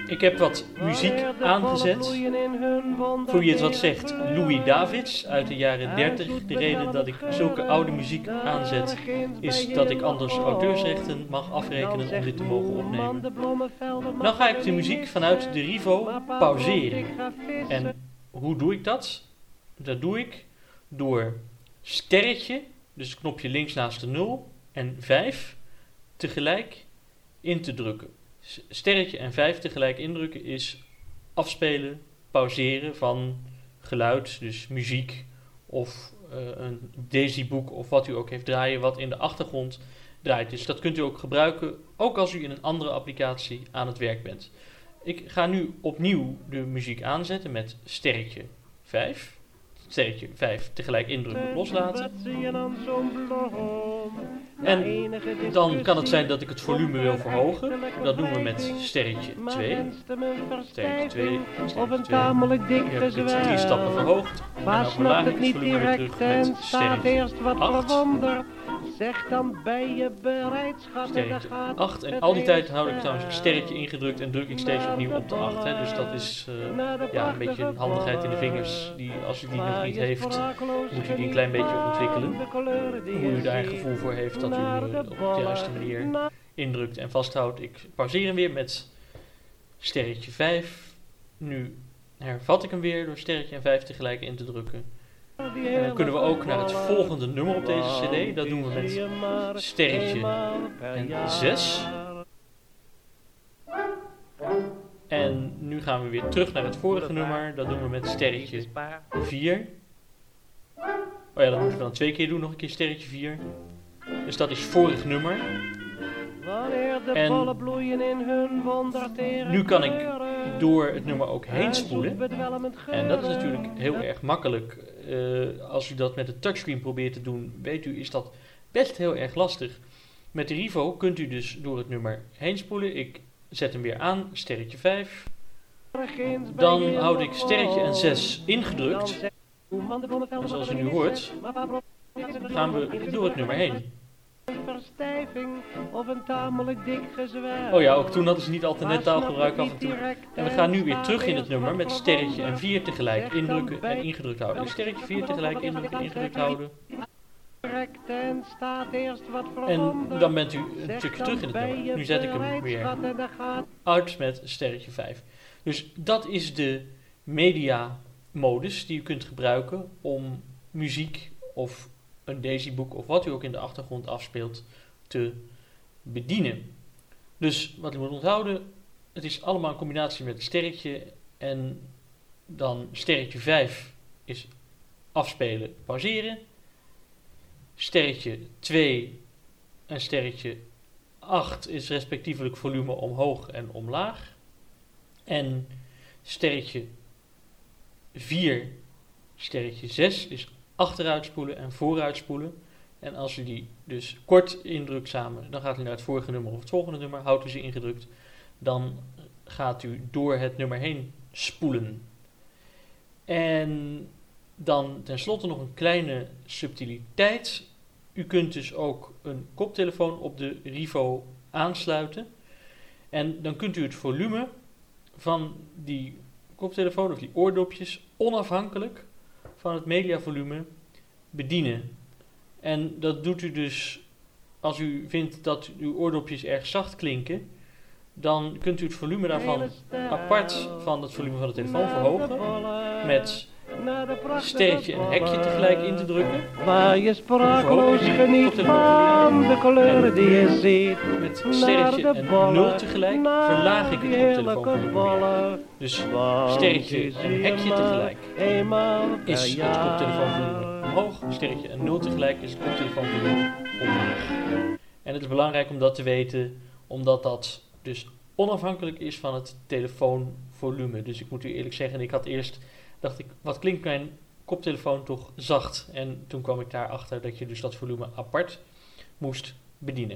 Ik heb wat muziek aangezet. Voor wie het wat zegt, Louis Davids uit de jaren 30. De reden dat ik zulke oude muziek aanzet is dat ik anders auteursrechten mag afrekenen om dit te mogen opnemen. Dan ga ik de muziek vanuit de Rivo pauzeren. En hoe doe ik dat? Dat doe ik door sterretje, dus het knopje links naast de 0 en 5 tegelijk in te drukken. Sterretje en 5 tegelijk indrukken is afspelen, pauzeren van geluid, dus muziek of een Daisy-boek of wat u ook heeft draaien wat in de achtergrond draait. Dus dat kunt u ook gebruiken, ook als u in een andere applicatie aan het werk bent. Ik ga nu opnieuw de muziek aanzetten met sterretje 5. Sterretje 5 tegelijk indrukken loslaten. En dan kan het zijn dat ik het volume wil verhogen. Dat doen we met sterretje 2. Sterretje 2, sterretje 2. Nu heb ik het 3 stappen verhoogd. En dan verlaag ik het volume weer terug met sterretje 8. Zeg dan ben je bereid, schat. Sterretje 8. En al die tijd houd ik trouwens een sterretje ingedrukt en druk ik steeds opnieuw op de 8. Hè. Dus dat is een beetje een handigheid in de vingers. Die, als u die nog niet heeft, moet u die een klein beetje ontwikkelen. Hoe u daar een gevoel voor heeft dat u op de juiste manier indrukt en vasthoudt. Ik pauzeer hem weer met sterretje 5. Nu hervat ik hem weer door sterretje en 5 tegelijk in te drukken. En dan kunnen we ook naar het volgende nummer op deze cd. Dat doen we met sterretje en 6. En nu gaan we weer terug naar het vorige nummer. Dat doen we met sterretje 4. Oh ja, dat moeten we dan 2 keer doen. Nog een keer sterretje 4. Dus dat is vorig nummer. En nu kan ik door het nummer ook heen spoelen. En dat is natuurlijk heel erg makkelijk. Als u dat met de touchscreen probeert te doen, weet u, is dat best heel erg lastig. Met de Rivo kunt u dus door het nummer heen spoelen. Ik zet hem weer aan, sterretje 5. Dan houd ik sterretje en 6 ingedrukt. En zoals u nu hoort, gaan we door het nummer heen. Oh ja, ook toen hadden ze niet altijd net taalgebruik af en toe. En we gaan nu weer terug in het nummer met sterretje en 4 tegelijk indrukken en ingedrukt houden. Dus sterretje 4 tegelijk indrukken en ingedrukt houden. En dan bent u een stukje terug in het nummer. Nu zet ik hem weer uit met sterretje 5. Dus dat is de media modus die u kunt gebruiken om muziek of een Daisy-boek of wat u ook in de achtergrond afspeelt te bedienen. Dus wat u moet onthouden, het is allemaal een combinatie met sterretje en dan sterretje 5 is afspelen, pauzeren. Sterretje 2 en sterretje 8 is respectievelijk volume omhoog en omlaag. En sterretje 4, sterretje 6 is achteruitspoelen en vooruitspoelen. En als u die dus kort indrukt samen, dan gaat u naar het vorige nummer of het volgende nummer. Houdt u ze ingedrukt, dan gaat u door het nummer heen spoelen. En dan tenslotte nog een kleine subtiliteit. U kunt dus ook een koptelefoon op de Rivo aansluiten. En dan kunt u het volume van die koptelefoon of die oordopjes onafhankelijk van het mediavolume bedienen. En dat doet u dus als u vindt dat uw oordopjes erg zacht klinken, dan kunt u het volume daarvan apart van het volume van de telefoon verhogen met sterretje en hekje tegelijk in te drukken. Waar je sprakeloos geniet van de kleuren die je ziet. Met sterretje en 0 tegelijk verlaag ik het koptelefoonvolume. Dus sterretje en hekje tegelijk is het koptelefoonvolume omhoog. Sterretje en 0 tegelijk is het koptelefoonvolume omlaag. En het is belangrijk om dat te weten, omdat dat dus onafhankelijk is van het telefoonvolume. Dus ik moet u eerlijk zeggen, dacht ik, wat klinkt mijn koptelefoon toch zacht? En toen kwam ik daarachter dat je dus dat volume apart moest bedienen.